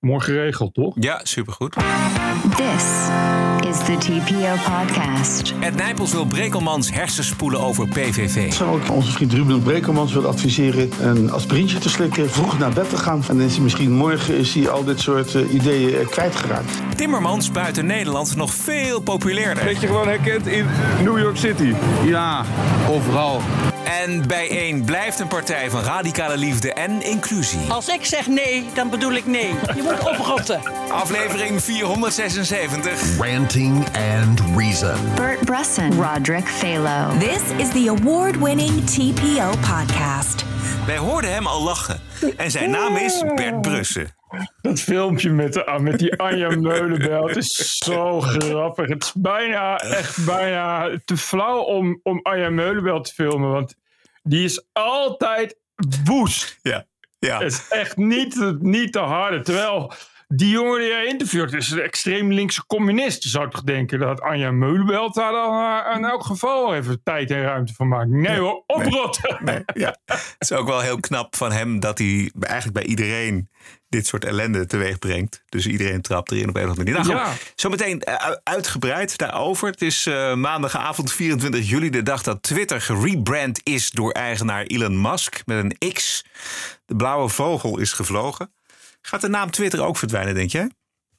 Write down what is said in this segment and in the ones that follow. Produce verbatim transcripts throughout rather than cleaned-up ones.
mooi geregeld, toch? Ja, supergoed. This is the T P O podcast. Ed Nijpels wil Brekelmans hersenspoelen over P V V. Ik zou ook onze vriend Ruben Brekelmans willen adviseren een aspirintje te slikken, vroeg naar bed te gaan. En dan is hij misschien morgen is hij al dit soort uh, ideeën uh, kwijtgeraakt. Timmermans buiten Nederland nog veel populairder. Dat je gewoon herkent in New York City. Ja, overal. En bijeen blijft een partij van radicale liefde en inclusie. Als ik zeg nee, dan bedoel ik nee. Je moet oprotten. Aflevering vierhonderdzesenzeventig. Ranting and Reason. Bert Bresson, Roderick Phalo. This is the award-winning T P O podcast. Wij hoorden hem al lachen. En zijn naam is Bert Brussen. Dat filmpje met, de, met die Anja Meulenbelt, het is zo grappig. Het is bijna, echt bijna te flauw om, om Anja Meulenbelt te filmen. Want die is altijd woest. Ja, ja. Het is echt niet, niet te harde. Terwijl die jongen die hij interviewt is een extreem linkse communist. Je zou toch denken dat Anja Meulenbelt daar dan uh, in elk geval even tijd en ruimte van maakt. Nee hoor, oprotten. Nee, nee, ja. Het is ook wel heel knap van hem dat hij eigenlijk bij iedereen dit soort ellende teweeg brengt. Dus iedereen trapt erin op een of andere manier. Nou, ja. Zometeen uh, uitgebreid daarover. Het is uh, maandagavond vierentwintig juli, de dag dat Twitter gerebrand is door eigenaar Elon Musk met een X. De blauwe vogel is gevlogen. Gaat de naam Twitter ook verdwijnen, denk je?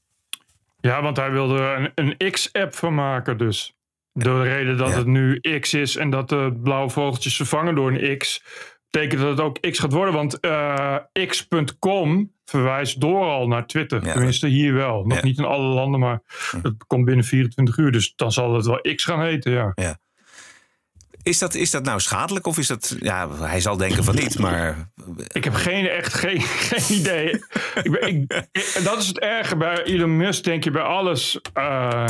Ja, want hij wilde er een, een X-app van maken dus. De reden dat ja. het nu X is en dat de blauwe vogeltjes vervangen door een X, betekent dat het ook X gaat worden. Want uh, x punt com verwijst door al naar Twitter. Ja, Tenminste hier wel. Nog ja. niet in alle landen, maar het komt binnen vierentwintig uur. Dus dan zal het wel X gaan heten, ja. ja. Is dat, is dat nou schadelijk of is dat... Ja, hij zal denken van niet, maar... Ik heb geen, echt geen, geen idee. ik ben, ik, ik, dat is het erge bij Elon Musk, denk je, bij alles... Uh,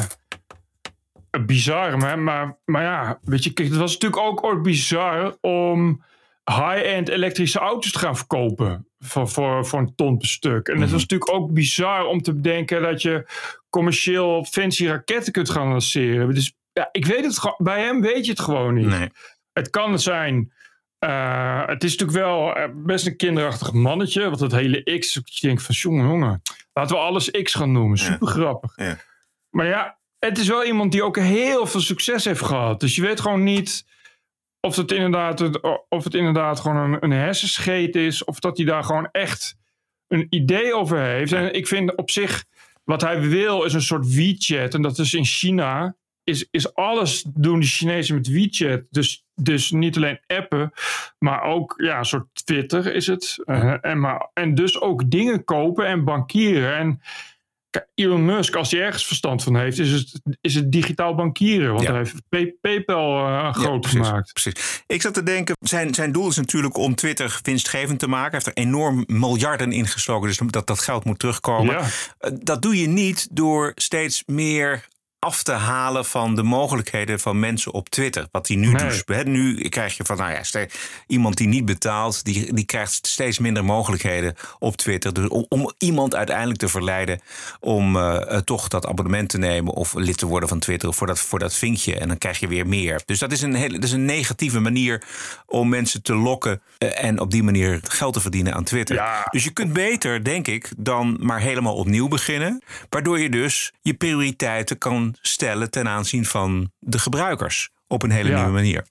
bizar, maar, maar, maar ja, weet je, kijk, het was natuurlijk ook ooit bizar om high-end elektrische auto's te gaan verkopen voor, voor, voor een ton per stuk. En het was natuurlijk ook bizar om te bedenken dat je commercieel fancy raketten kunt gaan lanceren. Dus ja, ik weet het, bij hem weet je het gewoon niet. Nee. Het kan zijn, uh, het is natuurlijk wel best een kinderachtig mannetje, want het hele X, je denkt van jongen, jongen, laten we alles X gaan noemen, super grappig. Ja. Ja. Maar ja, het is wel iemand die ook heel veel succes heeft gehad. Dus je weet gewoon niet of het inderdaad, of het inderdaad gewoon een, een hersenscheet is. Of dat hij daar gewoon echt een idee over heeft. En ik vind op zich, wat hij wil is een soort WeChat. En dat is in China, is, is alles doen de Chinezen met WeChat. Dus, dus niet alleen appen, maar ook ja, een soort Twitter is het. Uh, en, maar, en dus ook dingen kopen en bankieren. En Elon Musk, als hij ergens verstand van heeft, is het, is het digitaal bankieren. Want ja. hij heeft Pay, PayPal uh, groot ja, precies, gemaakt. Precies. Ik zat te denken, zijn, zijn doel is natuurlijk om Twitter winstgevend te maken. Hij heeft er enorm miljarden ingestoken, dus dat, dat geld moet terugkomen. Ja. Dat doe je niet door steeds meer af te halen van de mogelijkheden van mensen op Twitter. Wat die nu nee. doet. Nu krijg je van, nou ja, steeds, iemand die niet betaalt, die, die krijgt steeds minder mogelijkheden op Twitter. Dus om, om iemand uiteindelijk te verleiden om uh, toch dat abonnement te nemen of lid te worden van Twitter voor dat, voor dat vinkje. En dan krijg je weer meer. Dus dat is een, hele, dat is een negatieve manier om mensen te lokken uh, en op die manier geld te verdienen aan Twitter. Ja. Dus je kunt beter, denk ik, dan maar helemaal opnieuw beginnen. Waardoor je dus je prioriteiten kan stellen ten aanzien van de gebruikers op een hele ja. nieuwe manier.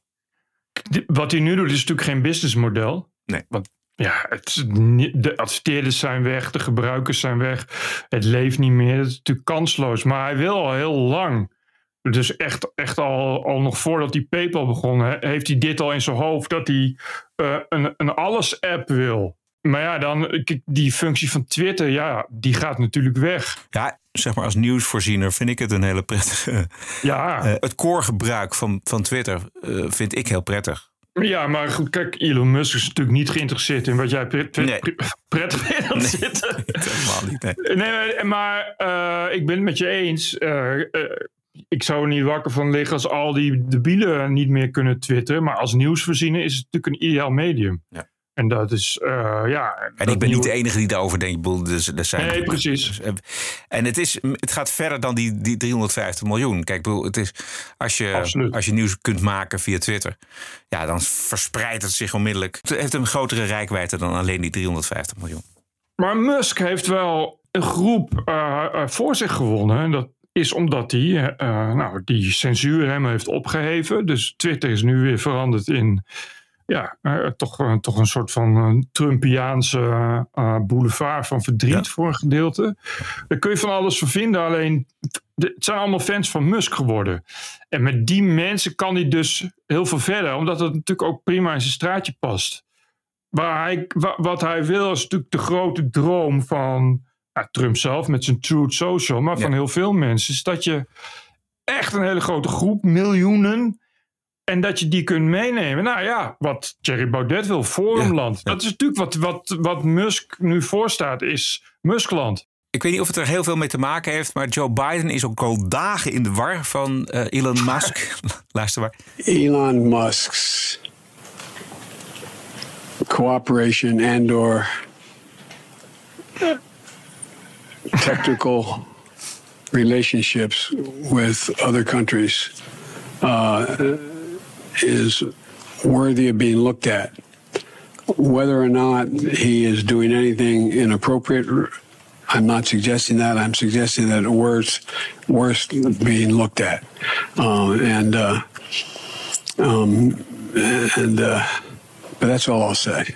Wat hij nu doet is natuurlijk geen businessmodel. Nee. Want ja, het, de adverteerders zijn weg, de gebruikers zijn weg. Het leeft niet meer. Het is natuurlijk kansloos. Maar hij wil al heel lang. Dus echt, echt al, al nog voordat hij PayPal begon, heeft hij dit al in zijn hoofd dat hij uh, een, een alles-app wil. Maar ja, dan die functie van Twitter, ja, die gaat natuurlijk weg. Ja, zeg maar als nieuwsvoorziener vind ik het een hele prettige... Ja. Uh, het core gebruik van, van Twitter uh, vind ik heel prettig. Ja, maar goed, kijk, Elon Musk is natuurlijk niet geïnteresseerd in wat jij pret, pret, nee. prettig vindt aan nee, zitten. Nee, helemaal niet, nee. Nee, maar uh, ik ben het met je eens. Uh, uh, ik zou er niet wakker van liggen als al die debielen niet meer kunnen twitteren. Maar als nieuwsvoorziener is het natuurlijk een ideaal medium. Ja. En dat is, uh, ja... En ik ben nieuw... niet de enige die daarover denkt. Dus, er zijn nee, precies. En het, is, het gaat verder dan die, die driehonderdvijftig miljoen. Kijk, het is, als, je, als je nieuws kunt maken via Twitter, ja, dan verspreidt het zich onmiddellijk. Het heeft een grotere reikwijdte dan alleen die driehonderdvijftig miljoen. Maar Musk heeft wel een groep uh, uh, voor zich gewonnen. En dat is omdat hij uh, nou, die censuur hem heeft opgeheven. Dus Twitter is nu weer veranderd in ja, uh, toch, uh, toch een soort van uh, Trumpiaanse uh, boulevard van verdriet ja. voor een gedeelte. Daar kun je van alles van vinden. Alleen het zijn allemaal fans van Musk geworden. En met die mensen kan hij dus heel veel verder. Omdat het natuurlijk ook prima in zijn straatje past. Waar hij, wat hij wil is natuurlijk de grote droom van ja, Trump zelf met zijn Truth Social, maar van ja. heel veel mensen, is dat je echt een hele grote groep, miljoenen, en dat je die kunt meenemen. Nou ja, wat Thierry Baudet wil, Forumland. Ja, ja. Dat is natuurlijk wat, wat, wat Musk nu voorstaat, is Muskland. Ik weet niet of het er heel veel mee te maken heeft, maar Joe Biden is ook al dagen in de war van uh, Elon Musk. Luister maar. Elon Musk's cooperation and or technical relationships with other countries uh, is worthy of being looked at. Whether or not he is doing anything inappropriate, I'm not suggesting that. I'm suggesting that worth worth being looked at, uh, and uh, um, and. Uh, But that's all I'll say.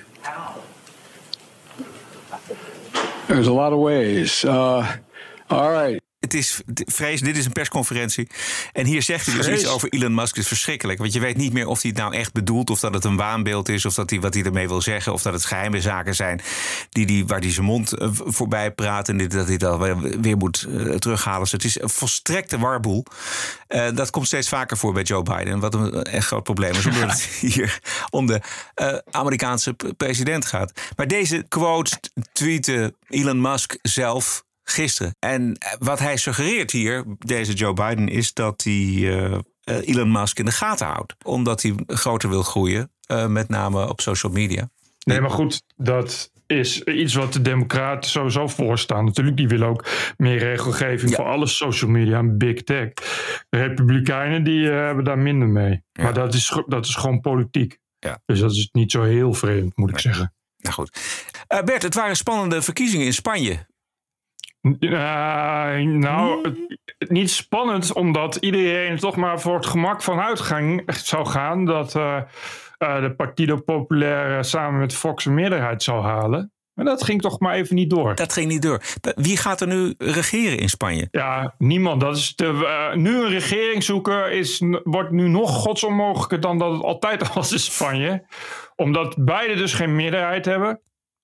There's a lot of ways. Uh, all right. Het is, vrees, dit is een persconferentie. En hier zegt hij dus vrees. iets over Elon Musk. Het is verschrikkelijk. Want je weet niet meer of hij het nou echt bedoelt, of dat het een waanbeeld is, of dat hij wat hij ermee wil zeggen, of dat het geheime zaken zijn die, die, waar hij zijn mond uh, voorbij praat en dat hij dat weer, weer moet uh, terughalen. Dus het is een volstrekte warboel. Uh, dat komt steeds vaker voor bij Joe Biden. Wat een echt groot probleem is, omdat het hier om de uh, Amerikaanse president gaat. Maar deze quote tweette Elon Musk zelf gisteren. En wat hij suggereert hier, deze Joe Biden, is dat hij uh, Elon Musk in de gaten houdt. Omdat hij groter wil groeien, uh, met name op social media. Nee, maar goed, dat is iets wat de Democraten sowieso voorstaan. Natuurlijk, die willen ook meer regelgeving ja. voor alle social media en big tech. De Republikeinen die uh, hebben daar minder mee. Ja. Maar dat is, dat is gewoon politiek. Ja. Dus dat is niet zo heel vreemd, moet ik nee. zeggen. Nou goed. Uh, Bert, het waren spannende verkiezingen in Spanje. Uh, nou, het, niet spannend, omdat iedereen toch maar voor het gemak vanuit gang, zou gaan dat uh, uh, de Partido Popular uh, samen met Vox een meerderheid zou halen. Maar dat ging toch maar even niet door. Dat ging niet door. Wie gaat er nu regeren in Spanje? Ja, niemand. Dat is de, uh, nu een regering zoeken is, wordt nu nog godsonmogelijker dan dat het altijd was in Spanje. Omdat beide dus geen meerderheid hebben.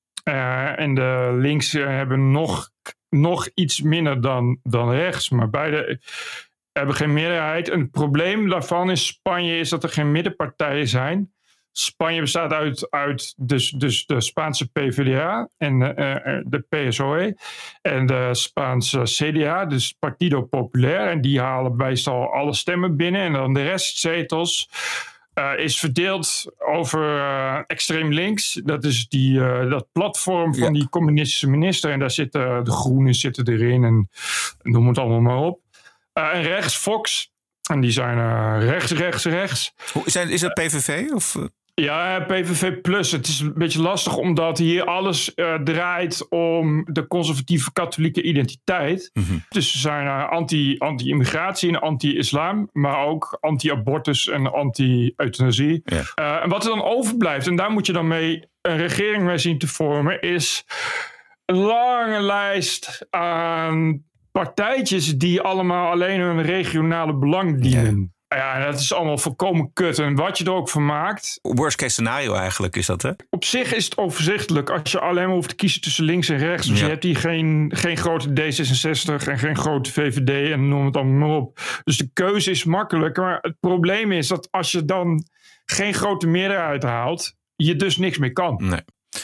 Uh, en de links uh, hebben nog... nog iets minder dan, dan rechts. Maar beide hebben geen meerderheid. En het probleem daarvan in Spanje is dat er geen middenpartijen zijn. Spanje bestaat uit, uit dus, dus de Spaanse P V D A en uh, de P S O E. En de Spaanse C D A, dus Partido Popular. En die halen meestal alle stemmen binnen. En dan de rest zetels Uh, is verdeeld over uh, extreem links. Dat is die, uh, dat platform van ja. die communistische minister. En daar zitten de groenen zitten erin. En noem het allemaal maar op. Uh, en rechts Fox. En die zijn uh, rechts, rechts, rechts. Hoe, zijn, is dat P V V? Of? Ja, P V V plus. Het is een beetje lastig omdat hier alles uh, draait om de conservatieve katholieke identiteit. Mm-hmm. Dus ze zijn uh, anti, anti-immigratie en anti-islam, maar ook anti-abortus en anti-euthanasie. Ja. Uh, en wat er dan overblijft, en daar moet je dan mee een regering mee zien te vormen, is een lange lijst aan partijtjes die allemaal alleen hun regionale belang dienen. Ja. Ja, dat is allemaal volkomen kut. En wat je er ook van maakt. Worst case scenario eigenlijk is dat, hè? Op zich is het overzichtelijk als je alleen maar hoeft te kiezen tussen links en rechts. Dus ja. je hebt hier geen, geen grote D zesenzestig en geen grote V V D en noem het allemaal maar op. Dus de keuze is makkelijk. Maar het probleem is dat als je dan geen grote meerderheid haalt, je dus niks meer kan. Nee.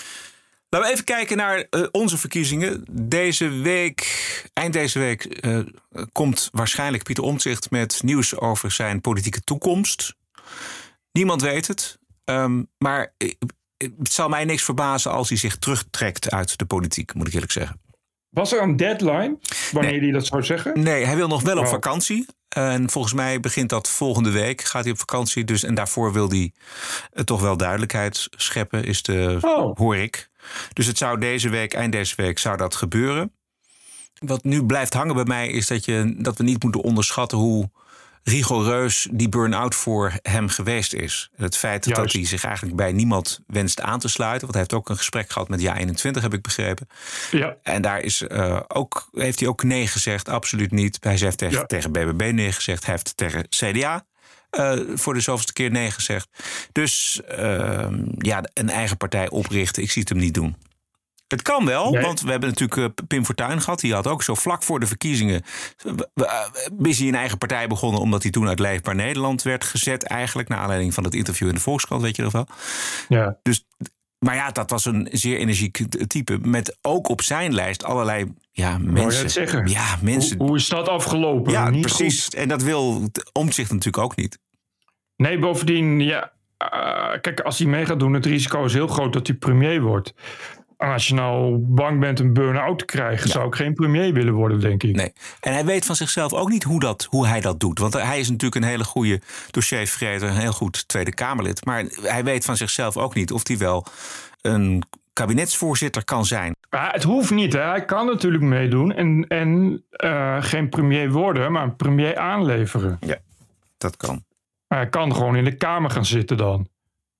Laten we even kijken naar uh, onze verkiezingen. Deze week, eind deze week, uh, komt waarschijnlijk Pieter Omtzigt met nieuws over zijn politieke toekomst. Niemand weet het. Um, maar uh, het zal mij niks verbazen als hij zich terugtrekt uit de politiek, moet ik eerlijk zeggen. Was er een deadline wanneer nee. hij dat zou zeggen? Nee, hij wil nog wel op oh. vakantie. En volgens mij begint dat volgende week. Gaat hij op vakantie. Dus, en daarvoor wil hij uh, toch wel duidelijkheid scheppen. Is de, oh. hoor ik. Dus het zou deze week, eind deze week, zou dat gebeuren. Wat nu blijft hangen bij mij is dat, je, dat we niet moeten onderschatten hoe rigoureus die burn-out voor hem geweest is. Het feit Juist. dat hij zich eigenlijk bij niemand wenst aan te sluiten. Want hij heeft ook een gesprek gehad met Ja eenentwintig, heb ik begrepen. Ja. En daar is, uh, ook, heeft hij ook nee gezegd, absoluut niet. Hij heeft tegen, ja. tegen B B B nee gezegd. Hij heeft tegen C D A uh, voor de zoveelste keer nee gezegd. Dus uh, ja, een eigen partij oprichten, ik zie het hem niet doen. Het kan wel, nee. want we hebben natuurlijk Pim Fortuyn gehad. Die had ook zo vlak voor de verkiezingen is hij een eigen partij begonnen, omdat hij toen uit Leefbaar Nederland werd gezet eigenlijk, naar aanleiding van het interview in de Volkskrant, weet je nog wel. Ja. Dus, maar ja, dat was een zeer energiek type, met ook op zijn lijst allerlei ja, mensen. Zeggen. Ja, mensen. Hoe, hoe is dat afgelopen? Ja, Niet precies. Goed. En dat wil Omtzigt natuurlijk ook niet. Nee, bovendien, ja, uh, kijk, als hij mee gaat doen, het risico is heel groot dat hij premier wordt. Als je nou bang bent een burn-out te krijgen, ja. zou ik geen premier willen worden, denk ik. Nee. En hij weet van zichzelf ook niet hoe, dat, hoe hij dat doet. Want hij is natuurlijk een hele goede dossiervreter, een heel goed Tweede Kamerlid. Maar hij weet van zichzelf ook niet of hij wel een kabinetsvoorzitter kan zijn. Maar het hoeft niet, hè. Hij kan natuurlijk meedoen en, en uh, geen premier worden, maar een premier aanleveren. Ja, dat kan. Maar hij kan gewoon in de Kamer gaan zitten dan.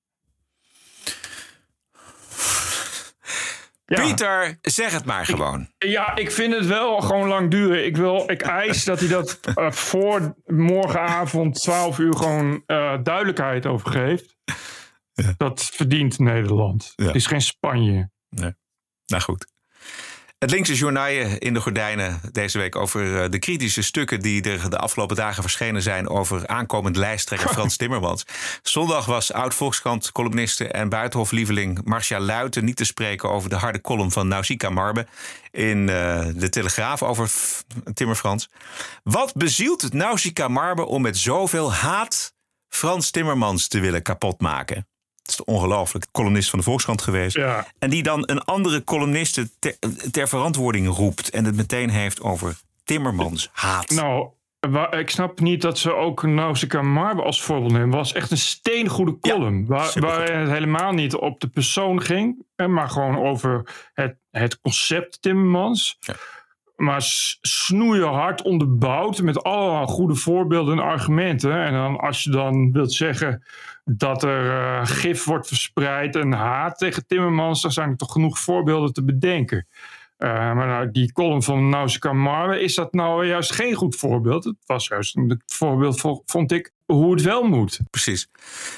Ja. Pieter, zeg het maar gewoon. Ik, ja, ik vind het wel gewoon lang duren. Ik, wil, ik eis dat hij dat uh, voor morgenavond twaalf uur gewoon uh, duidelijkheid over geeft. Ja. Dat verdient Nederland. Ja. Het is geen Spanje. Nee. Nou goed. Het linkse journaal in de gordijnen deze week over de kritische stukken die er de afgelopen dagen verschenen zijn over aankomend lijsttrekker Frans Timmermans. Zondag was oud-Volkskrant-columniste en buitenhoflieveling Marcia Luijten niet te spreken over de harde column van Nausicaa Marbe in uh, de Telegraaf over F- Timmer Frans. Wat bezielt het Nausicaa Marbe om met zoveel haat Frans Timmermans te willen kapotmaken? Dat is de ongelooflijk columnist van de Volkskrant geweest. Ja. En die dan een andere columniste ter, ter verantwoording roept. En het meteen heeft over Timmermans haat. Nou, ik snap niet dat ze ook Nausicaa Marbe als voorbeeld nemen. Het was echt een steengoede column. Ja, waar, waar het helemaal niet op de persoon ging. Maar gewoon over het, het concept Timmermans. Ja. Maar snoeihard onderbouwd met allerlei goede voorbeelden en argumenten. En dan als je dan wilt zeggen dat er uh, gif wordt verspreid en haat tegen Timmermans, dan zijn er toch genoeg voorbeelden te bedenken. Uh, maar nou, die column van Nausicaa Marbe, is dat nou juist geen goed voorbeeld? Het was juist een voorbeeld, vond ik, hoe het wel moet. Precies.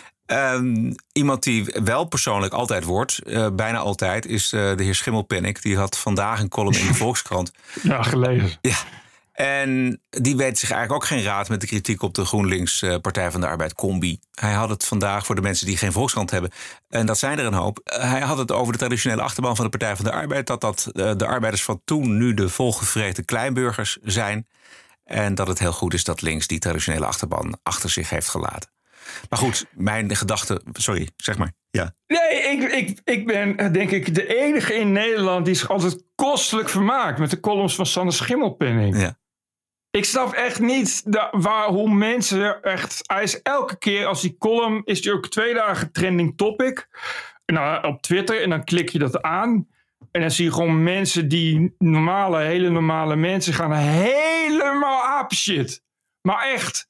Um, iemand die wel persoonlijk altijd wordt, uh, bijna altijd, is uh, de heer Schimmelpenninck. Die had vandaag een column in de Volkskrant. Ja, gelezen. Ja. En die weet zich eigenlijk ook geen raad met de kritiek op de GroenLinks uh, Partij van de Arbeid combi. Hij had het vandaag, voor de mensen die geen Volkskrant hebben, en dat zijn er een hoop. Uh, hij had het over de traditionele achterban van de Partij van de Arbeid. Dat dat uh, de arbeiders van toen nu de volgevreten kleinburgers zijn. En dat het heel goed is dat links die traditionele achterban achter zich heeft gelaten. Maar goed, mijn gedachte... Sorry, zeg maar. Ja. Nee, ik, ik, ik ben denk ik de enige in Nederland die zich altijd kostelijk vermaakt met de columns van Sander Schimmelpenninck. Ja. Ik snap echt niet da- waar, hoe mensen echt... Hij is elke keer als die column is die ook twee dagen trending topic. Nou, op Twitter. En dan klik je dat aan. En dan zie je gewoon mensen die normale, hele normale mensen gaan helemaal apenshit. Maar echt...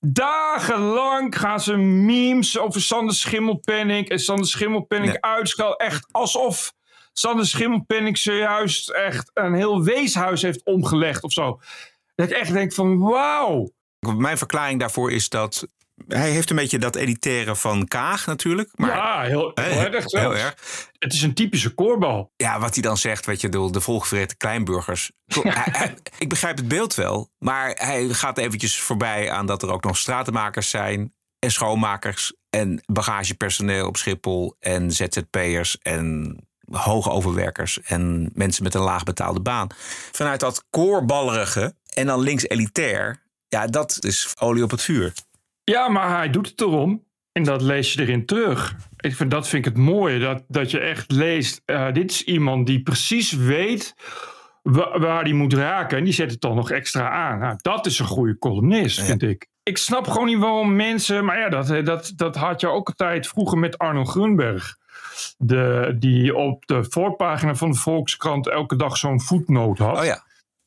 Dagenlang gaan ze memes over Sander Schimmelpenninck en Sander Schimmelpenninck ja. uitschelden. Echt alsof Sander Schimmelpenninck zojuist echt een heel weeshuis heeft omgelegd of zo. Dat ik echt denk van wauw. Mijn verklaring daarvoor is dat... Hij heeft een beetje dat elitaire van Kaag natuurlijk. Maar, ja, heel, heel, heel erg. Heel erg. Het is een typische koorbal. Ja, wat hij dan zegt, weet je, de, de volgevreten kleinburgers. hij, hij, ik begrijp het beeld wel, maar hij gaat eventjes voorbij aan dat er ook nog stratenmakers zijn en schoonmakers en bagagepersoneel op Schiphol en Z Z P'ers en hoogoverwerkers en mensen met een laag betaalde baan. Vanuit dat koorballerige en dan links elitair, ja, dat is olie op het vuur. Ja, maar hij doet het erom. En dat lees je erin terug. Ik vind, dat vind ik het mooie. Dat, dat je echt leest. Uh, dit is iemand die precies weet waar die moet raken. En die zet het dan nog extra aan. Nou, dat is een goede columnist, vind ja. ik. Ik snap gewoon niet waarom mensen... Maar ja, dat, dat, dat had je ook altijd vroeger met Arno Grunberg. De, die op de voorpagina van de Volkskrant elke dag zo'n voetnoot had. Oh ja.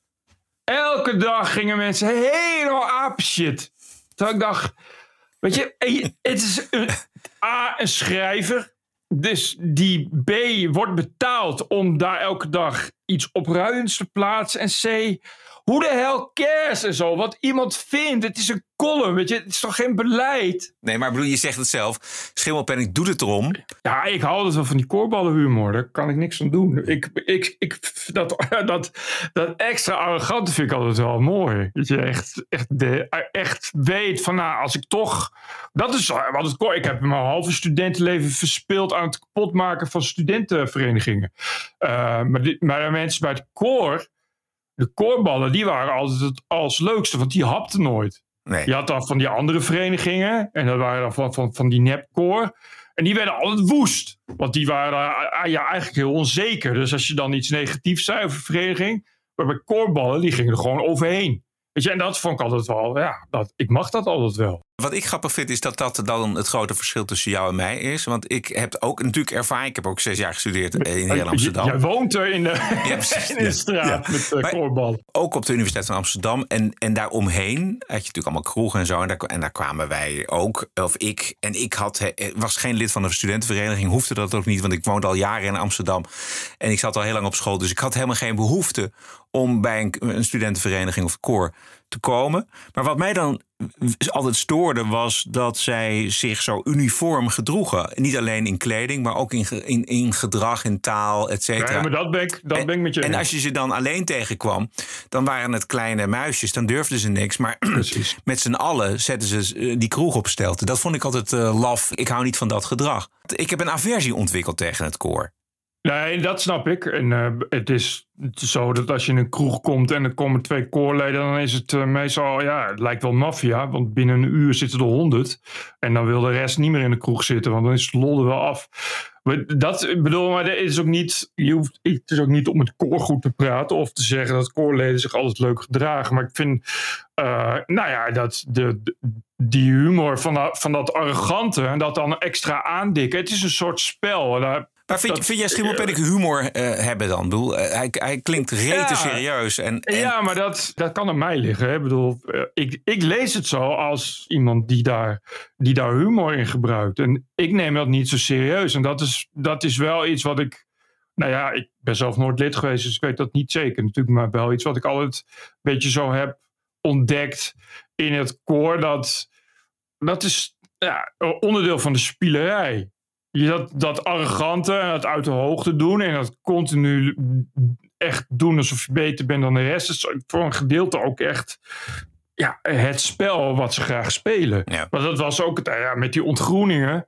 Elke dag gingen mensen helemaal apenshit. Terwijl ik dacht... Weet je, het is een, A, een schrijver... Dus die B wordt betaald om daar elke dag iets opruiends te plaatsen. En C, hoe de hell cares en zo? Wat iemand vindt, het is een column, weet je. Het is toch geen beleid? Nee, maar bedoel, je zegt het zelf. Schimmelpenninck doet het erom. Ja, ik hou dus wel van die koorballenhumor. Daar kan ik niks aan doen. Ik, ik, ik, dat, dat, dat extra arrogante vind ik altijd wel mooi. Dat je echt, echt, de, echt weet van, nou, als ik toch... Dat is wat het koor. Ik heb mijn halve studentenleven verspild aan het kapotmaken van studentenverenigingen. Uh, maar, die, maar de mensen bij het koor, de koorballen, die waren altijd het allerleukste, want die hapten nooit. Nee. Je had dan van die andere verenigingen. En dat waren dan van, van, van die nepkoor. En die werden altijd woest. Want die waren uh, ja, eigenlijk heel onzeker. Dus als je dan iets negatiefs zei over een vereniging. Maar bij koorballen, die gingen er gewoon overheen. Weet je, en dat vond ik altijd wel, ja, dat, ik mag dat altijd wel. Wat ik grappig vind is dat dat dan het grote verschil tussen jou en mij is. Want ik heb ook natuurlijk ervaring. Ik heb ook zes jaar gestudeerd in heel Amsterdam. Jij woont er in de, ja, in de straat ja. met uh, koorbal. Ook op de Universiteit van Amsterdam. En, en daaromheen had je natuurlijk allemaal kroegen en zo. En daar, en daar kwamen wij ook, of ik. En ik had, was geen lid van een studentenvereniging. Hoefde dat ook niet, want ik woonde al jaren in Amsterdam. En ik zat al heel lang op school. Dus ik had helemaal geen behoefte om bij een, een studentenvereniging of koor te komen. Maar wat mij dan altijd stoorde was dat zij zich zo uniform gedroegen. Niet alleen in kleding, maar ook in, in, in gedrag, in taal, et cetera. Ja, maar dat ben ik, dat en, ben ik met je. En als je ze dan alleen tegenkwam, dan waren het kleine muisjes. Dan durfden ze niks. Maar Precies. met z'n allen zetten ze die kroeg op stelte. Dat vond ik altijd uh, laf. Ik hou niet van dat gedrag. Ik heb een aversie ontwikkeld tegen het koor. Nee, dat snap ik. En uh, het is zo dat als je in een kroeg komt en er komen twee koorleden, dan is het uh, meestal, ja, het lijkt wel maffia. Want binnen een uur zitten er honderd. En dan wil de rest niet meer in de kroeg zitten, want dan is het lol er wel af. Maar dat, ik bedoel, maar het is ook niet, je hoeft, het is ook niet om het koor goed te praten of te zeggen dat koorleden zich altijd leuk gedragen. Maar ik vind, uh, nou ja, dat de, de, die humor van, dat, van dat arrogante en dat dan extra aandikken. Het is een soort spel. Daar, Maar vind, dat, vind jij Schimmelpenninck humor uh, hebben dan? Ik bedoel, uh, hij, hij klinkt rete ja, serieus. En, en... Ja, maar dat, dat kan aan mij liggen. Hè? Ik bedoel, uh, ik, ik lees het zo als iemand die daar, die daar humor in gebruikt. En ik neem dat niet zo serieus. En dat is, dat is wel iets wat ik... Nou ja, ik ben zelf nooit lid geweest, dus ik weet dat niet zeker. Natuurlijk, maar wel iets wat ik altijd een beetje zo heb ontdekt in het koor. Dat, dat is ja, onderdeel van de spielerij. Je dat, dat arrogante en dat uit de hoogte doen en dat continu echt doen alsof je beter bent dan de rest. Dat is voor een gedeelte ook echt ja, het spel wat ze graag spelen. Ja. Maar dat was ook het, ja, met die ontgroeningen.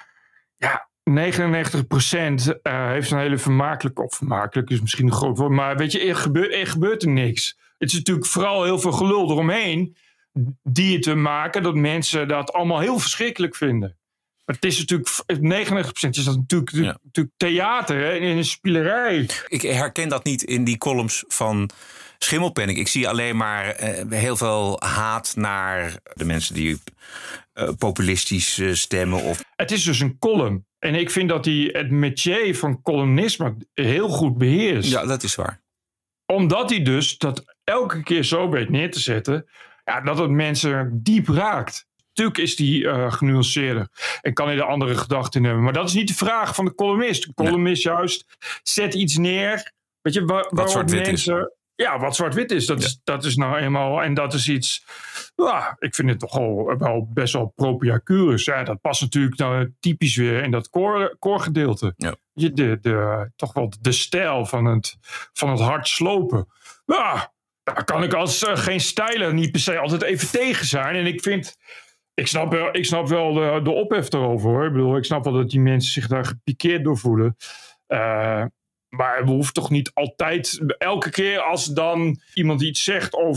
Ja, negenennegentig procent uh, heeft een hele vermakelijke, of vermakelijk is misschien een groot woord, maar weet je, er gebeurt, er gebeurt er niks. Het is natuurlijk vooral heel veel gelul eromheen die het te maken dat mensen dat allemaal heel verschrikkelijk vinden. Maar het is natuurlijk, negenennegentig procent is dat natuurlijk, ja. natuurlijk theater hè, in een spielerij. Ik herken dat niet in die columns van Schimmelpenninck. Ik zie alleen maar uh, heel veel haat naar de mensen die uh, populistisch uh, stemmen. Of... Het is dus een column. En ik vind dat hij het métier van columnisme heel goed beheerst. Ja, dat is waar. Omdat hij dus dat elke keer zo weet neer te zetten, ja, dat het mensen diep raakt. Natuurlijk is die uh, genuanceerder en kan hij er andere gedachten in hebben. Maar dat is niet de vraag van de columnist. De columnist nee. juist zet iets neer. Weet je, waar, wat zwart-wit mensen, is. Ja, wat zwart-wit is. Dat, ja. is. dat is nou eenmaal... En dat is iets... Ja, ik vind het toch wel, wel best wel propria curus. Ja, dat past natuurlijk nou, typisch weer in dat koor, koorgedeelte. Ja. Je, de, de, toch wel de stijl van het, van het hard slopen. Ja, daar kan ik als uh, geen stijler niet per se altijd even tegen zijn. En ik vind... Ik snap wel, ik snap wel de, de ophef erover hoor. Ik bedoel, ik snap wel dat die mensen zich daar gepikeerd door voelen. Uh, maar we hoeven toch niet altijd, elke keer als dan iemand iets zegt over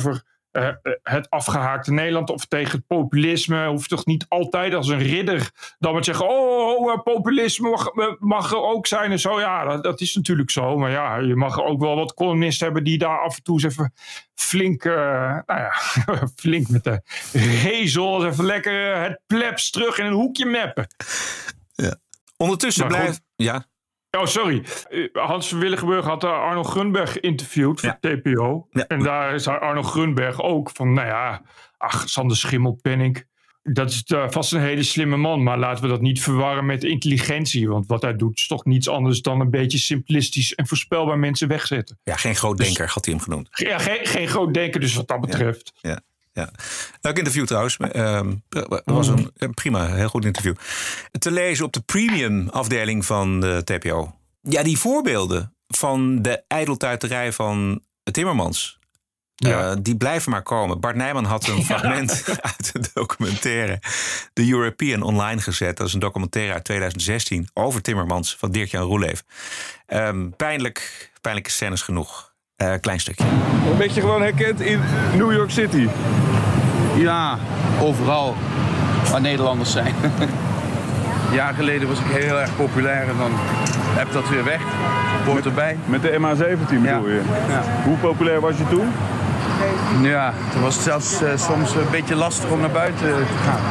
Uh, het afgehaakte Nederland of tegen het populisme. Hoeft toch niet altijd als een ridder dan maar te zeggen, oh, oh populisme mag, mag er ook zijn en zo. Ja, dat, dat is natuurlijk zo. Maar ja, je mag ook wel wat columnisten hebben die daar af en toe eens even flink, uh, nou ja, flink met de rezel even lekker uh, het plebs terug in een hoekje meppen. Ja. Ondertussen blijft... Ja. Oh, sorry. Hans van Willigenburg had Arno Grunberg geïnterviewd voor ja. T P O. Ja. En daar zei Arno Grunberg ook van, nou ja, ach, Sander Schimmelpenninck. Dat is uh, vast een hele slimme man, maar laten we dat niet verwarren met intelligentie. Want wat hij doet is toch niets anders dan een beetje simplistisch en voorspelbaar mensen wegzetten. Ja, geen groot denker dus, had hij hem genoemd. Ja, geen, geen groot denker dus wat dat betreft. Ja, ja. Ja, leuk interview trouwens. Uh, was een, een prima, heel goed interview. Te lezen op de premium afdeling van de T P O. Ja, die voorbeelden van de ijdeltuiterij van Timmermans. Ja. Uh, die blijven maar komen. Bart Nijman had een fragment ja. uit een documentaire The European online gezet. Dat is een documentaire uit tweeduizend zestien over Timmermans van Dirk-Jan Roelev. Um, pijnlijk, pijnlijke scènes genoeg. Uh, klein stukje. Een beetje gewoon herkend in New York City. Ja, overal waar Nederlanders zijn. Een jaar geleden was ik heel erg populair en dan heb ik dat weer weg. Hoort erbij. Met de M H zeventien bedoel ja. je? Ja. Hoe populair was je toen? Ja, toen was het zelfs uh, soms een beetje lastig om naar buiten te gaan.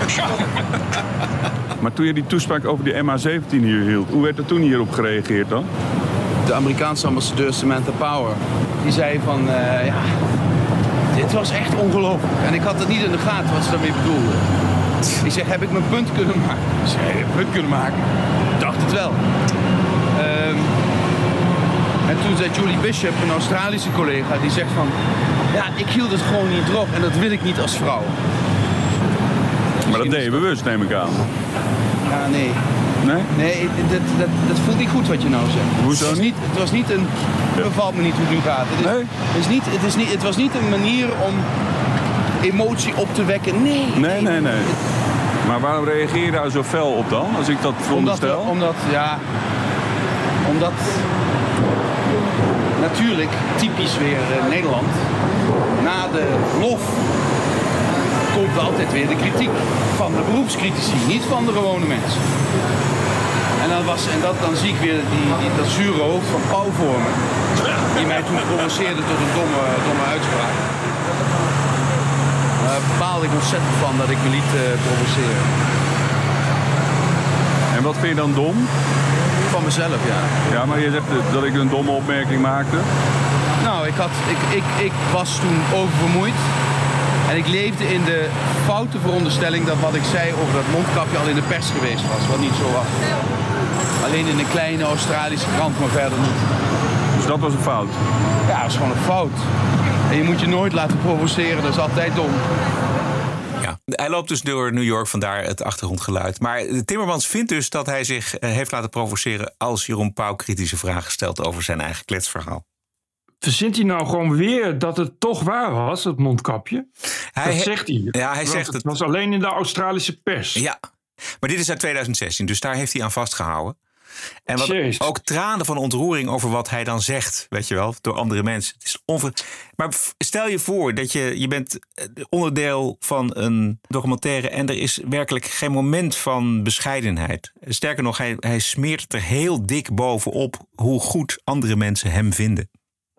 Maar toen je die toespraak over die M H zeventien hier hield, hoe werd er toen hierop gereageerd dan? De Amerikaanse ambassadeur Samantha Power, die zei van, uh, ja, dit was echt ongelooflijk. En ik had het niet in de gaten wat ze daarmee bedoelde. Ik zeg, heb ik mijn punt kunnen maken? Ik zeg, heb je een punt kunnen maken? Ik dacht het wel. Um, en toen zei Julie Bishop, een Australische collega, die zegt van, ja, ik hield het gewoon niet droog en dat wil ik niet als vrouw. Maar dat deed je bewust, neem ik aan. Ja, nee. Nee? Nee, dat, dat, dat voelt niet goed wat je nou zegt. Hoezo het was niet? Het was niet een... Het bevalt me niet hoe het nu gaat. Het, is, nee? het, is niet, het, is niet, het was niet een manier om emotie op te wekken. Nee. Nee, nee, nee. Maar waarom reageer je daar zo fel op dan, als ik dat veronderstel? Omdat, omdat, ja... Omdat... Natuurlijk, typisch weer uh, Nederland. Na de lof komt altijd weer de kritiek van de beroepscritici, niet van de gewone mensen. En dan, was, en dat, dan zie ik weer die, die, dat zure hoofd van Pauw voor me, die mij toen provoceerde tot een domme, domme uitspraak. Daar uh, baalde ik ontzettend van dat ik me liet uh, provoceren. En wat vind je dan dom? Van mezelf, ja. Ja, maar je zegt dat ik een domme opmerking maakte. Nou, ik, had, ik, ik, ik was toen oververmoeid. En ik leefde in de foute veronderstelling dat wat ik zei over dat mondkapje al in de pers geweest was. Wat niet zo was. Alleen in een kleine Australische krant, maar verder niet. Dus dat was een fout? Ja, dat was gewoon een fout. En je moet je nooit laten provoceren, dat is altijd dom. Ja, hij loopt dus door New York, vandaar het achtergrondgeluid. Maar Timmermans vindt dus dat hij zich heeft laten provoceren als Jeroen Pauw kritische vragen stelt over zijn eigen kletsverhaal. Verzint hij nou gewoon weer dat het toch waar was, het mondkapje? Hij dat zegt hij. Ja, hij zegt het. Het was alleen in de Australische pers. Ja, maar dit is uit tweeduizend zestien, dus daar heeft hij aan vastgehouden. En wat, Jezus. ook tranen van ontroering over wat hij dan zegt, weet je wel, door andere mensen. Het is onver... Maar stel je voor dat je, je bent onderdeel van een documentaire en er is werkelijk geen moment van bescheidenheid. Sterker nog, hij, hij smeert het er heel dik bovenop hoe goed andere mensen hem vinden.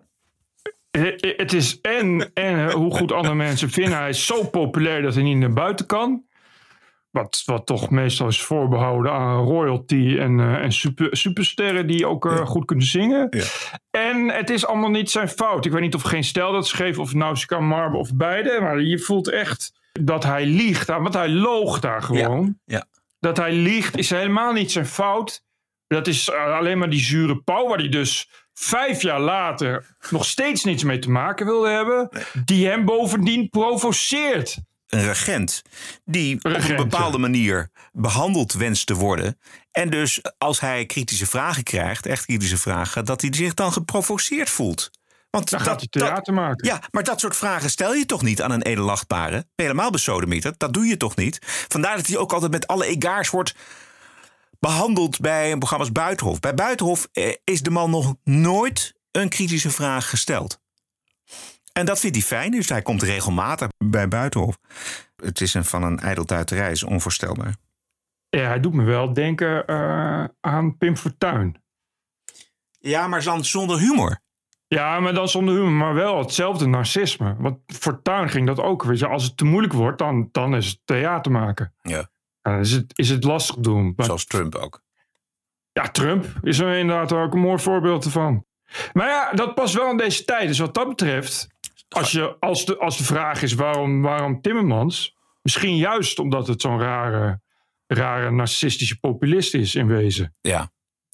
Het is en, en hoe goed andere mensen vinden. Hij is zo populair dat hij niet naar buiten kan. Wat, wat toch meestal is voorbehouden aan royalty en, uh, en super, supersterren die ook uh, ja. goed kunnen zingen. Ja. En het is allemaal niet zijn fout. Ik weet niet of Geen Stijl dat schreef of Nausicaa Marbe of beide. Maar je voelt echt dat hij liegt. Want hij loog daar gewoon. Ja. Ja. Dat hij liegt is helemaal niet zijn fout. Dat is uh, alleen maar die zure Pauw waar hij dus vijf jaar later nog steeds niets mee te maken wilde hebben. Nee. Die hem bovendien provoceert. Een regent die regent, op een bepaalde ja. manier behandeld wenst te worden. En dus als hij kritische vragen krijgt, echt kritische vragen, dat hij zich dan geprovoceerd voelt. Want dan dat, gaat hij theater dat, maken. Ja, maar dat soort vragen stel je toch niet aan een edelachtbare? Ben je helemaal besodemieterd? Dat doe je toch niet? Vandaar dat hij ook altijd met alle egaars wordt behandeld bij programma's Buitenhof. Bij Buitenhof is de man nog nooit een kritische vraag gesteld. En dat vindt hij fijn, dus hij komt regelmatig bij Buitenhof. Het is een, van een ijdeltuiterij, is onvoorstelbaar. Ja, hij doet me wel denken uh, aan Pim Fortuyn. Ja, maar dan zonder humor. Ja, maar dan zonder humor, maar wel hetzelfde narcisme. Want Fortuyn ging dat ook. Weet je, als het te moeilijk wordt, dan, dan is het theater maken. Ja. Dan is het, is het lastig doen. Maar, zoals Trump ook. Ja, Trump is er inderdaad ook een mooi voorbeeld ervan. Maar ja, dat past wel in deze tijd. Dus wat dat betreft, als, je, als, de, als de vraag is waarom, waarom Timmermans, misschien juist omdat het zo'n rare, rare narcistische populist is in wezen. Ja.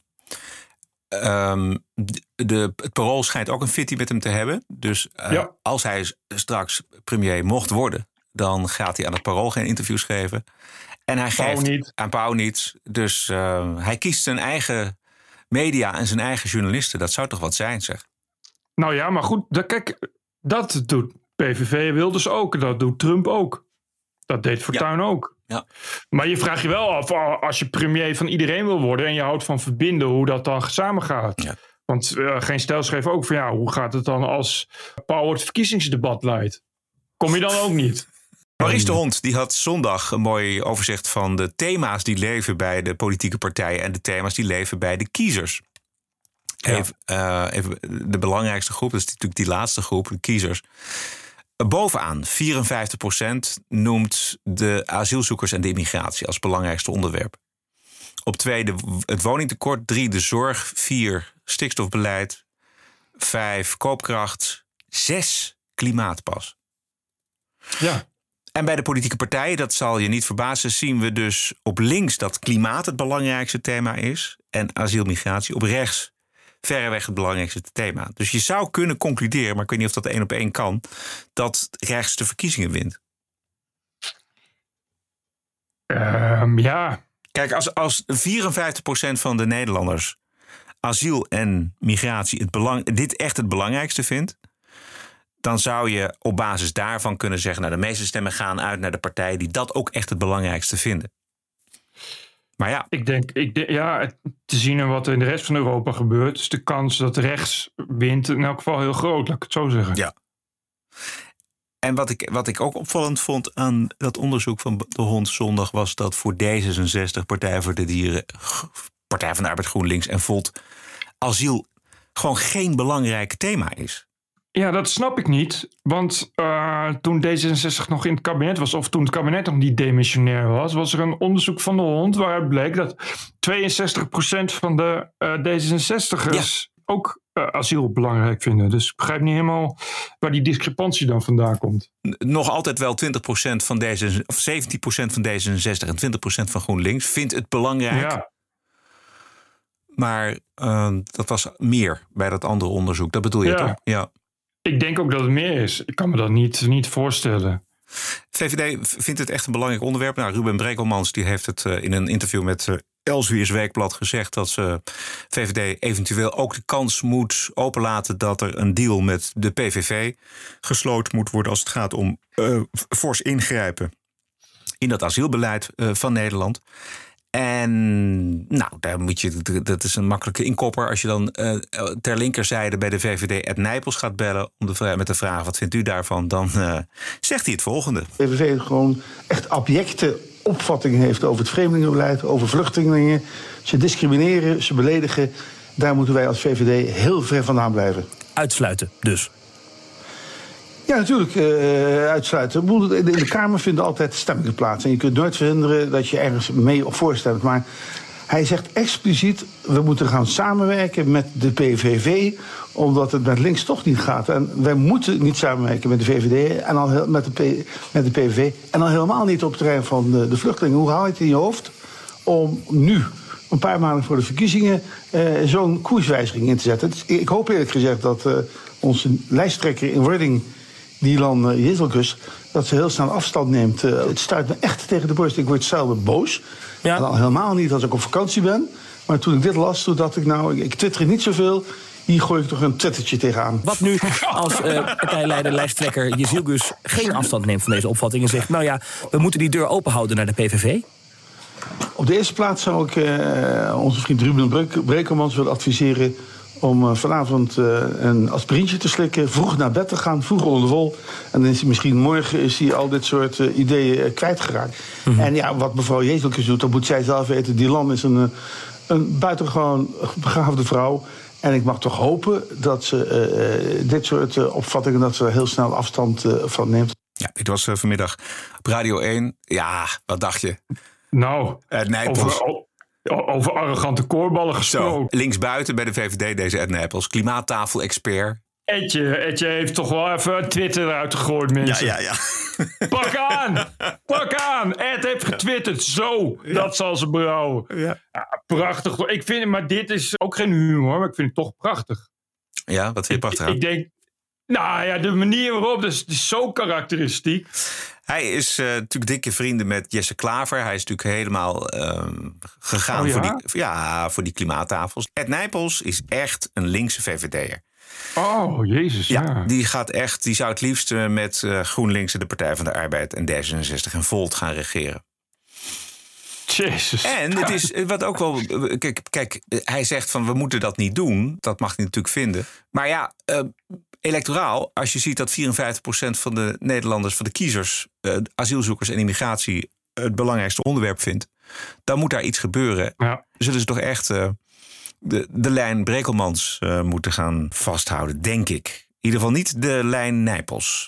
Um, de, het Parool schijnt ook een fitty met hem te hebben. Dus uh, ja. als hij straks premier mocht worden, dan gaat hij aan het Parool geen interviews geven. En hij Pauw geeft niet. aan Pauw niet. Dus uh, hij kiest zijn eigen media en zijn eigen journalisten. Dat zou toch wat zijn, zeg. Nou ja, maar goed, dat, kijk, dat doet P V V Wilders ook. Dat doet Trump ook. Dat deed Fortuyn ja. ook. Ja. Maar je vraagt je wel af, als je premier van iedereen wil worden en je houdt van verbinden, hoe dat dan samen gaat. Ja. Want uh, Geen Stijl schreef ook van ja, hoe gaat het dan als Pauw het verkiezingsdebat leidt? Kom je dan ook niet? Maurice de Hond die had zondag een mooi overzicht van de thema's die leven bij de politieke partijen en de thema's die leven bij de kiezers. Ja. Even, uh, even de belangrijkste groep, dat is natuurlijk die laatste groep, de kiezers. Bovenaan, vierenvijftig procent noemt de asielzoekers en de immigratie als belangrijkste onderwerp. Op twee de, het woningtekort, drie de zorg, vier stikstofbeleid, vijf koopkracht, zes klimaatpas. Ja. En bij de politieke partijen, dat zal je niet verbazen, zien we dus op links dat klimaat het belangrijkste thema is en asiel, migratie. Op rechts verreweg het belangrijkste thema. Dus je zou kunnen concluderen, maar ik weet niet of dat één op één kan, dat rechts de verkiezingen wint. Um, ja. Kijk, als, als vierenvijftig procent van de Nederlanders asiel en migratie het belang, dit echt het belangrijkste vindt, dan zou je op basis daarvan kunnen zeggen, nou, de meeste stemmen gaan uit naar de partijen die dat ook echt het belangrijkste vinden. Maar ja. Ik denk, ik denk ja, te zien in wat er in de rest van Europa gebeurt, is de kans dat rechts wint in elk geval heel groot, laat ik het zo zeggen. Ja. En wat ik, wat ik ook opvallend vond aan dat onderzoek van de Hond zondag was dat voor D zesenzestig, Partij voor de Dieren, Partij van de Arbeid, GroenLinks en Volt asiel gewoon geen belangrijk thema is. Ja, dat snap ik niet. Want uh, toen D zesenzestig nog in het kabinet was, of toen het kabinet nog niet demissionair was, was er een onderzoek van de Hond waaruit bleek dat tweeënzestig procent van de uh, D zesenzestigers ja. ook uh, asiel belangrijk vinden. Dus ik begrijp niet helemaal waar die discrepantie dan vandaan komt. Nog altijd wel twintig procent van deze, of zeventien procent van D zesenzestig en twintig procent van GroenLinks vindt het belangrijk. Ja. Maar uh, dat was meer bij dat andere onderzoek. Dat bedoel je ja. toch? Ja. Ik denk ook dat het meer is. Ik kan me dat niet, niet voorstellen. V V D vindt het echt een belangrijk onderwerp. Nou, Ruben Brekelmans die heeft het uh, in een interview met uh, Elsewier's Weekblad gezegd dat ze V V D eventueel ook de kans moet openlaten dat er een deal met de P V V gesloten moet worden als het gaat om uh, fors ingrijpen in dat asielbeleid uh, van Nederland. En nou, daar moet je, dat is een makkelijke inkopper. Als je dan uh, ter linkerzijde bij de V V D Ed Nijpels gaat bellen om de, met de vraag wat vindt u daarvan, dan uh, zegt hij het volgende. De V V D gewoon echt abjecte opvattingen heeft over het vreemdelingenbeleid, over vluchtelingen. Ze discrimineren, ze beledigen. Daar moeten wij als V V D heel ver vandaan blijven. Uitsluiten dus. Ja, natuurlijk uh, uitsluiten. In de Kamer vinden altijd stemmingen plaats. En je kunt nooit verhinderen dat je ergens mee of voorstemt. Maar hij zegt expliciet, we moeten gaan samenwerken met de P V V, omdat het met links toch niet gaat. En wij moeten niet samenwerken met de V V D en al met, de P, met de P V V. En al helemaal niet op het terrein van de, de vluchtelingen. Hoe haal je het in je hoofd om nu, een paar maanden voor de verkiezingen, uh, zo'n koerswijziging in te zetten? Dus ik hoop eerlijk gezegd dat uh, onze lijsttrekker in wording, Dylan uh, Jezelkus, dat ze heel snel afstand neemt. Uh, het stuit me echt tegen de borst. Ik word zelden boos. Ja. En al helemaal niet als ik op vakantie ben. Maar toen ik dit las, toen dacht ik, nou, ik, ik twitter niet zoveel. Hier gooi ik toch een twittertje tegenaan. Wat nu als uh, partijleider, lijsttrekker Jezelkus geen afstand neemt van deze opvatting en zegt, nou ja, we moeten die deur open houden naar de P V V? Op de eerste plaats zou ik uh, onze vriend Ruben Brekelmans willen adviseren om uh, vanavond uh, een aspirintje te slikken, vroeg naar bed te gaan, vroeg onder de wol. En dan is hij misschien morgen is hij al dit soort uh, ideeën uh, kwijtgeraakt. Mm-hmm. En ja, wat mevrouw Jezelkes doet, dat moet zij zelf weten. Dylan is een, uh, een buitengewoon begaafde vrouw. En ik mag toch hopen dat ze uh, dit soort uh, opvattingen, dat ze heel snel afstand uh, van neemt. Ja, dit was uh, vanmiddag op Radio één. Ja, wat dacht je? Nou, Ed Nijpels. Over, over arrogante koorballen gesproken. Zo, linksbuiten bij de V V D deze Ed Nijpels. Klimaattafel-expert. Etje, Etje heeft toch wel even Twitter eruit gegooid, mensen. Ja, ja, ja. Pak aan! Pak aan! Ed heeft getwitterd. Zo, ja. Dat zal ze berouwen. Ja. Ja, prachtig. Ik vind, maar dit is ook geen humor, maar ik vind het toch prachtig. Ja, wat vind je prachtig aan? Ik, ik denk, nou ja, de manier waarop, dat is, dat is zo karakteristiek. Hij is uh, natuurlijk dikke vrienden met Jesse Klaver. Hij is natuurlijk helemaal uh, gegaan oh, ja? voor, die, ja, voor die klimaattafels. Ed Nijpels is echt een linkse V V D'er. Oh, jezus, ja. ja. Die gaat echt, die zou het liefst met uh, GroenLinks en de Partij van de Arbeid en D zesenzestig en Volt gaan regeren. Jezus. En het is wat ook wel. Kijk, kijk, hij zegt van we moeten dat niet doen. Dat mag hij natuurlijk vinden. Maar ja, uh, electoraal, als je ziet dat vierenvijftig procent van de Nederlanders, van de kiezers, uh, asielzoekers en immigratie het belangrijkste onderwerp vindt, dan moet daar iets gebeuren. Ja. Zullen ze toch echt uh, de, de lijn Brekelmans uh, moeten gaan vasthouden, denk ik. In ieder geval niet de lijn Nijpels.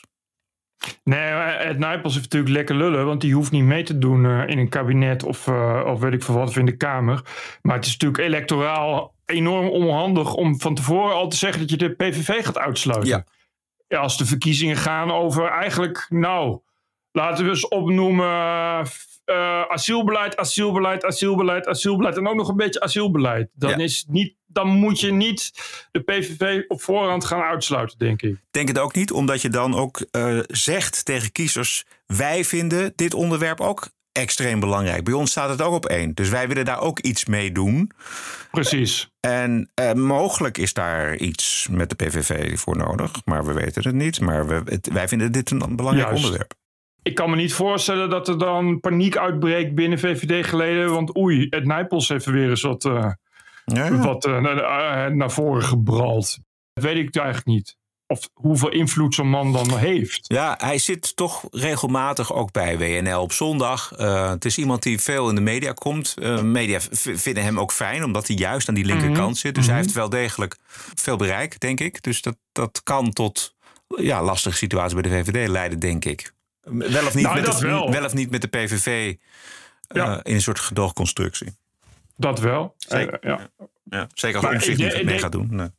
Nee, Ed Nijpels heeft natuurlijk lekker lullen, want die hoeft niet mee te doen uh, in een kabinet of, uh, of weet ik veel wat, of in de Kamer. Maar het is natuurlijk electoraal enorm onhandig om van tevoren al te zeggen dat je de P V V gaat uitsluiten. Ja. Ja, als de verkiezingen gaan over eigenlijk, nou, laten we eens opnoemen uh, uh, asielbeleid, asielbeleid, asielbeleid, asielbeleid en ook nog een beetje asielbeleid. Dan, ja. is niet, dan moet je niet de P V V op voorhand gaan uitsluiten, denk ik. Denk het ook niet, omdat je dan ook uh, zegt tegen kiezers, wij vinden dit onderwerp ook extreem belangrijk. Bij ons staat het ook op één. Dus wij willen daar ook iets mee doen. Precies. En uh, mogelijk is daar iets met de P V V voor nodig. Maar we weten het niet. Maar we, het, wij vinden dit een belangrijk Juist. onderwerp. Ik kan me niet voorstellen dat er dan paniek uitbreekt binnen V V D-geleden. Want oei, Ed Nijpels heeft er weer eens wat, uh, ja, ja. wat uh, naar, naar voren gebrald. Dat weet ik eigenlijk niet. Of hoeveel invloed zo'n man dan heeft. Ja, hij zit toch regelmatig ook bij W N L op zondag. Uh, het is iemand die veel in de media komt. Uh, media v- vinden hem ook fijn, omdat hij juist aan die linkerkant mm-hmm. zit. Dus mm-hmm. hij heeft wel degelijk veel bereik, denk ik. Dus dat, dat kan tot ja, lastige situaties bij de V V D leiden, denk ik. Wel of niet, nou, met, de, wel. wel of niet met de P V V uh, ja. in een soort gedoogconstructie. Dat wel. Zeker, uh, ja. Ja, zeker als Omtzigt niet mee gaat doen. Nee.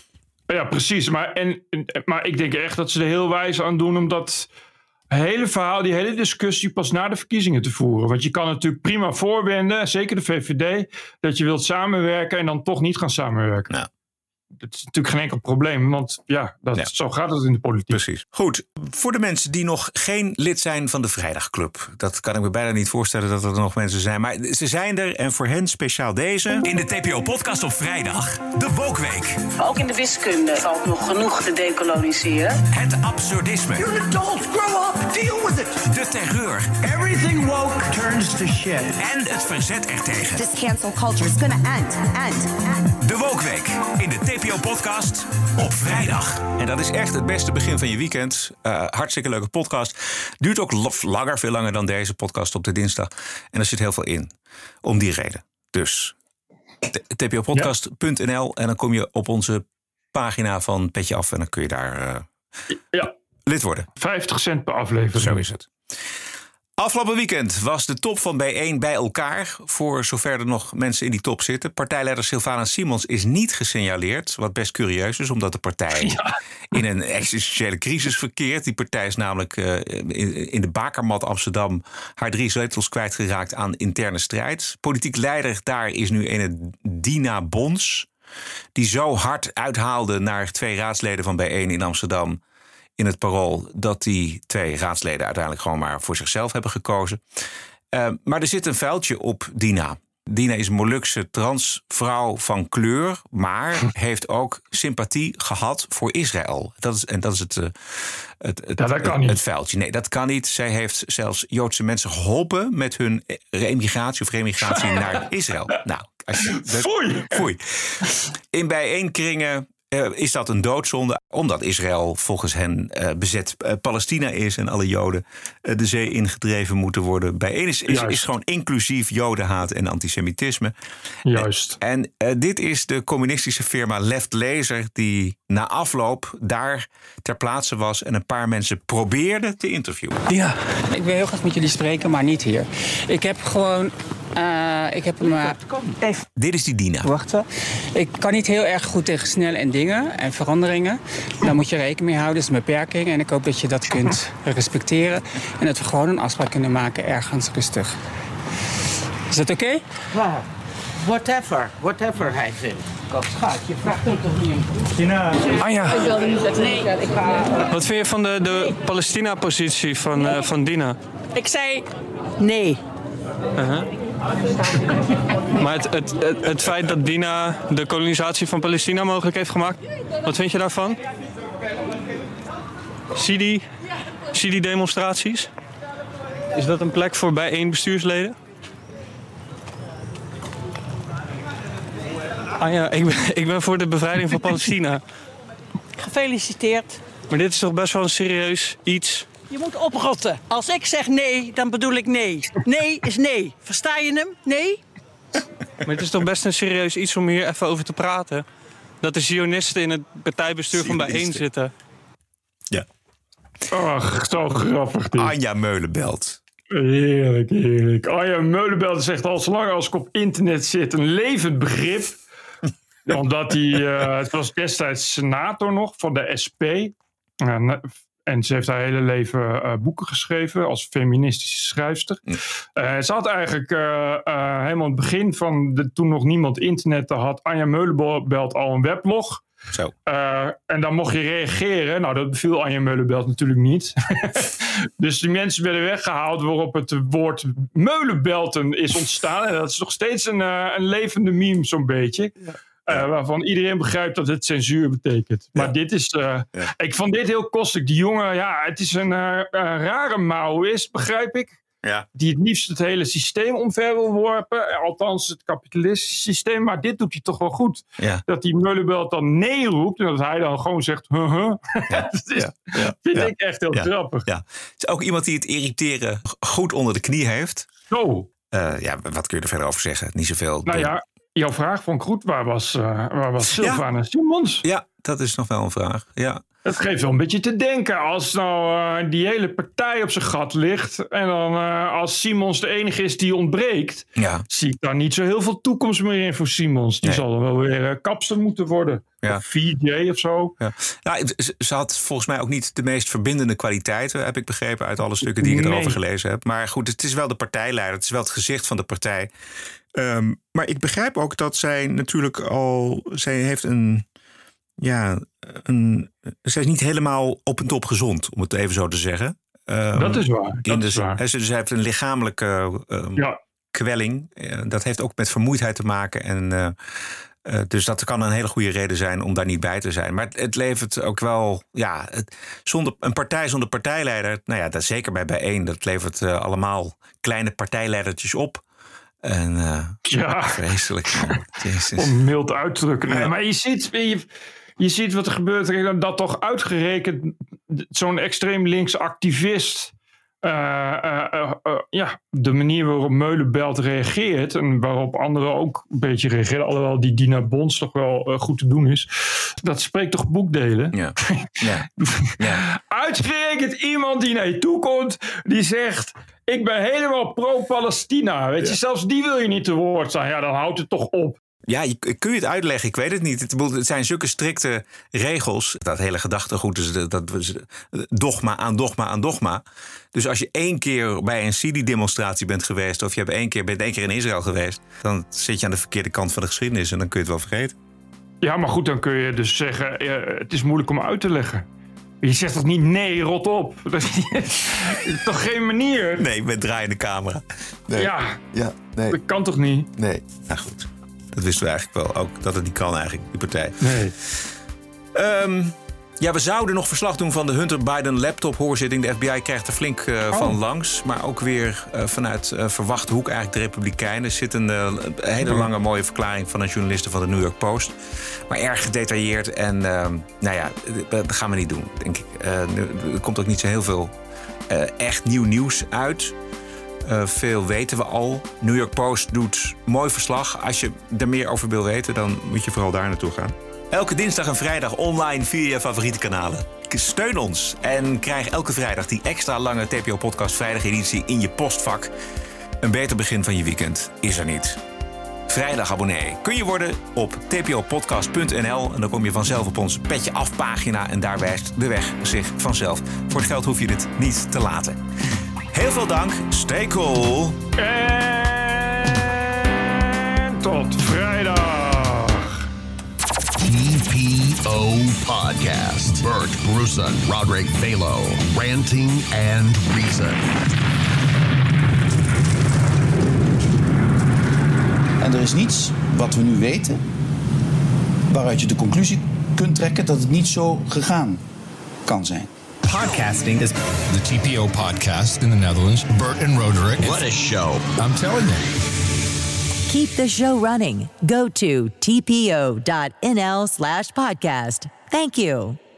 Ja, precies. Maar, en, maar ik denk echt dat ze er heel wijs aan doen om dat hele verhaal, die hele discussie pas na de verkiezingen te voeren. Want je kan natuurlijk prima voorwenden, zeker de V V D, dat je wilt samenwerken en dan toch niet gaan samenwerken. Nou. Dat is natuurlijk geen enkel probleem, want ja, dat, ja, zo gaat het in de politiek. Precies. Goed, voor de mensen die nog geen lid zijn van de Vrijdagclub. Dat kan ik me bijna niet voorstellen dat er nog mensen zijn. Maar ze zijn er en voor hen speciaal deze. In de T P O-podcast op vrijdag, de Woke-week. Ook in de wiskunde valt nog genoeg te dekoloniseren. Het absurdisme. You're an adult, grow up, deal with it. De terreur. Everything woke turns to shit. En het verzet ertegen. This cancel culture is gonna end, end, end. De Woke-week in de T P O-podcast op vrijdag. En dat is echt het beste begin van je weekend. Uh, hartstikke leuke podcast. Duurt ook langer, veel langer dan deze podcast op de dinsdag. En er zit heel veel in. Om die reden. Dus t p o podcast punt n l en dan kom je op onze pagina van Petje Af. En dan kun je daar uh, ja. lid worden. vijftig cent per aflevering. Zo is het. Afgelopen weekend was de top van B één bij elkaar. Voor zover er nog mensen in die top zitten. Partijleider Sylvana Simons is niet gesignaleerd. Wat best curieus is, omdat de partij ja. in een existentiële crisis verkeert. Die partij is namelijk uh, in, in de bakermat Amsterdam haar drie zetels kwijtgeraakt aan interne strijd. Politiek leider daar is nu ene Dina Bons. Die zo hard uithaalde naar twee raadsleden van B één in Amsterdam in het Parool, dat die twee raadsleden uiteindelijk gewoon maar voor zichzelf hebben gekozen. Uh, maar er zit een vuiltje op Dina. Dina is een Molukse transvrouw van kleur, maar heeft ook sympathie gehad voor Israël. Dat is, en dat is het, uh, het, het, ja, dat kan het, niet. het vuiltje. Nee, dat kan niet. Zij heeft zelfs Joodse mensen geholpen met hun re-emigratie of remigratie naar Israël. Nou, Als je, dat, foei. foei. In bijeenkringen uh, is dat een doodzonde. Omdat Israël volgens hen uh, bezet uh, Palestina is en alle Joden uh, de zee ingedreven moeten worden. Bijeen is, is, is gewoon inclusief Jodenhaat en antisemitisme. Juist. En, en uh, dit is de communistische firma Left Laser die na afloop daar ter plaatse was en een paar mensen probeerde te interviewen. Ja, ik wil heel graag met jullie spreken, maar niet hier. Ik heb gewoon... Uh, ik heb hem... Uh, even... Dit is die Dina. Wachten. Ik kan niet heel erg goed tegen snelle en dingen en veranderingen. Daar moet je rekening mee houden. Dat is een beperking. En ik hoop dat je dat kunt respecteren. En dat we gewoon een afspraak kunnen maken ergens rustig. Is dat oké? Okay? Ja. Whatever. Whatever hij vindt. Schat, je vraagt hem toch niet een Ah ja. Ik wilde niet zeggen. Nee, ik ga... Wat vind je van de, de Palestina-positie van, uh, van Dina? Ik zei nee. Uh-huh. Maar het, het, het, het feit dat Dina de kolonisatie van Palestina mogelijk heeft gemaakt, wat vind je daarvan? Zie die, zie die demonstraties? Is dat een plek voor bijeen bestuursleden? Ah ja, ik ben, ik ben voor de bevrijding van Palestina. Gefeliciteerd. Maar dit is toch best wel een serieus iets? Je moet oprotten. Als ik zeg nee, dan bedoel ik nee. Nee is nee. Versta je hem? Nee? Maar het is toch best een serieus iets om hier even over te praten? Dat de Zionisten in het partijbestuur van bijeen zitten. Ja. Ach, zo grappig dit. Anja Meulenbelt. Heerlijk, heerlijk. Anja Meulenbelt is echt al zolang als ik op internet zit een levend begrip. Omdat hij, uh, het was destijds senator nog van de S P. Uh, En ze heeft haar hele leven uh, boeken geschreven als feministische schrijfster. Uh, ze had eigenlijk uh, uh, helemaal het begin van de, toen nog niemand internet had Anja Meulenbelt al een weblog. Zo. Uh, en dan mocht je reageren. Nou, dat beviel Anja Meulenbelt natuurlijk niet. Dus die mensen werden weggehaald waarop het woord Meulenbelten is ontstaan. En dat is nog steeds een, uh, een levende meme zo'n beetje. Ja. Uh, waarvan iedereen begrijpt dat het censuur betekent. Maar ja. dit is... Uh, ja. Ik vond dit heel kostelijk. Die jongen, ja, het is een uh, uh, rare Maoïst, begrijp ik. Ja. Die het liefst het hele systeem omver wil worpen. Althans, het kapitalistische systeem. Maar dit doet hij toch wel goed. Ja. Dat die Meulenbelt dan nee roept. En dat hij dan gewoon zegt... Huh, huh. Ja. dat is, ja. Ja. vind ja. ik echt heel ja. grappig. Ja. Het is ook iemand die het irriteren goed onder de knie heeft. Zo. Uh, ja, wat kun je er verder over zeggen? Niet zoveel. Nou ja... Jouw vraag vond ik goed. Waar was, uh, waar was Sylvana ja. Simons? Ja, dat is nog wel een vraag. Ja. Het geeft wel een beetje te denken. Als nou uh, die hele partij op zijn gat ligt... en dan uh, als Simons de enige is die ontbreekt... Ja. zie ik daar niet zo heel veel toekomst meer in voor Simons. Die nee. zal dan wel weer uh, kapster moeten worden. Ja. Of V J of zo. Ja. Nou, ze had volgens mij ook niet de meest verbindende kwaliteiten... heb ik begrepen uit alle stukken die ik nee. erover gelezen heb. Maar goed, het is wel de partijleider. Het is wel het gezicht van de partij... Um, maar ik begrijp ook dat zij natuurlijk al... Zij heeft een... Ja, een, zij is niet helemaal op en top gezond, om het even zo te zeggen. Um, dat is waar. Dat de, is waar. Ze, ze heeft een lichamelijke um, ja. kwelling. Uh, dat heeft ook met vermoeidheid te maken. En, uh, uh, dus dat kan een hele goede reden zijn om daar niet bij te zijn. Maar het, het levert ook wel... Ja, het, zonder, een partij zonder partijleider... Nou ja, dat zeker bij bijeen. Dat levert uh, allemaal kleine partijleidertjes op. En uh, ja, vreselijk. Om mild uit te drukken. Ja. Maar je ziet, je, je ziet wat er gebeurt. Dat toch uitgerekend zo'n extreem links activist... Uh, uh, uh, uh, ja, de manier waarop Meulenbelt reageert... en waarop anderen ook een beetje reageren... alhoewel die Dina Bons toch wel uh, goed te doen is... dat spreekt toch boekdelen? Ja. Ja. Ja. Uitgerekend iemand die naar je toe komt... die zegt... ik ben helemaal pro-Palestina. Weet je, ja. zelfs die wil je niet te woord staan. Ja, dan houdt het toch op. Ja, je, kun je het uitleggen? Ik weet het niet. Het, het zijn zulke strikte regels. Dat hele gedachtegoed is dat, dat dogma aan dogma aan dogma. Dus als je één keer bij een Sidi-demonstratie bent geweest... of je hebt één keer, bent één keer in Israël geweest... dan zit je aan de verkeerde kant van de geschiedenis... en dan kun je het wel vergeten. Ja, maar goed, dan kun je dus zeggen... Ja, het is moeilijk om uit te leggen. Je zegt toch niet nee, rot op? Dat is toch geen manier? Nee, met draaiende camera. Nee. Ja, ja nee. Dat kan toch niet? Nee, nou goed. Dat wisten we eigenlijk wel. Ook dat het niet kan eigenlijk, die partij. Nee. Um, Ja, we zouden nog verslag doen van de Hunter Biden laptop hoorzitting. De F B I krijgt er flink uh, oh. van langs. Maar ook weer uh, vanuit uh, verwachte hoek eigenlijk de Republikeinen. Er zit een, uh, een hele lange mooie verklaring van een journaliste van de New York Post. Maar erg gedetailleerd. En uh, nou ja, dat gaan we niet doen, denk ik. Uh, er komt ook niet zo heel veel uh, echt nieuw nieuws uit. Uh, veel weten we al. New York Post doet mooi verslag. Als je er meer over wil weten, dan moet je vooral daar naartoe gaan. Elke dinsdag en vrijdag online via je favoriete kanalen. Steun ons en krijg elke vrijdag die extra lange T P O-podcast vrijdageditie in je postvak. Een beter begin van je weekend is er niet. Vrijdag abonnee kun je worden op t p o podcast punt n l en dan kom je vanzelf op onze Petje Af pagina en daar wijst de weg zich vanzelf. Voor het geld hoef je dit niet te laten. Heel veel dank, stay cool. En tot vrijdag. T P O Podcast. Bert Brussen, Roderick Balo. Ranting and Reason. En er is niets wat we nu weten waaruit je de conclusie kunt trekken dat het niet zo gegaan kan zijn. Podcasting is the T P O podcast in the Netherlands. Bert and Roderick. What a show. I'm telling you. Keep the show running. Go to t p o dot n l slash podcast. Thank you.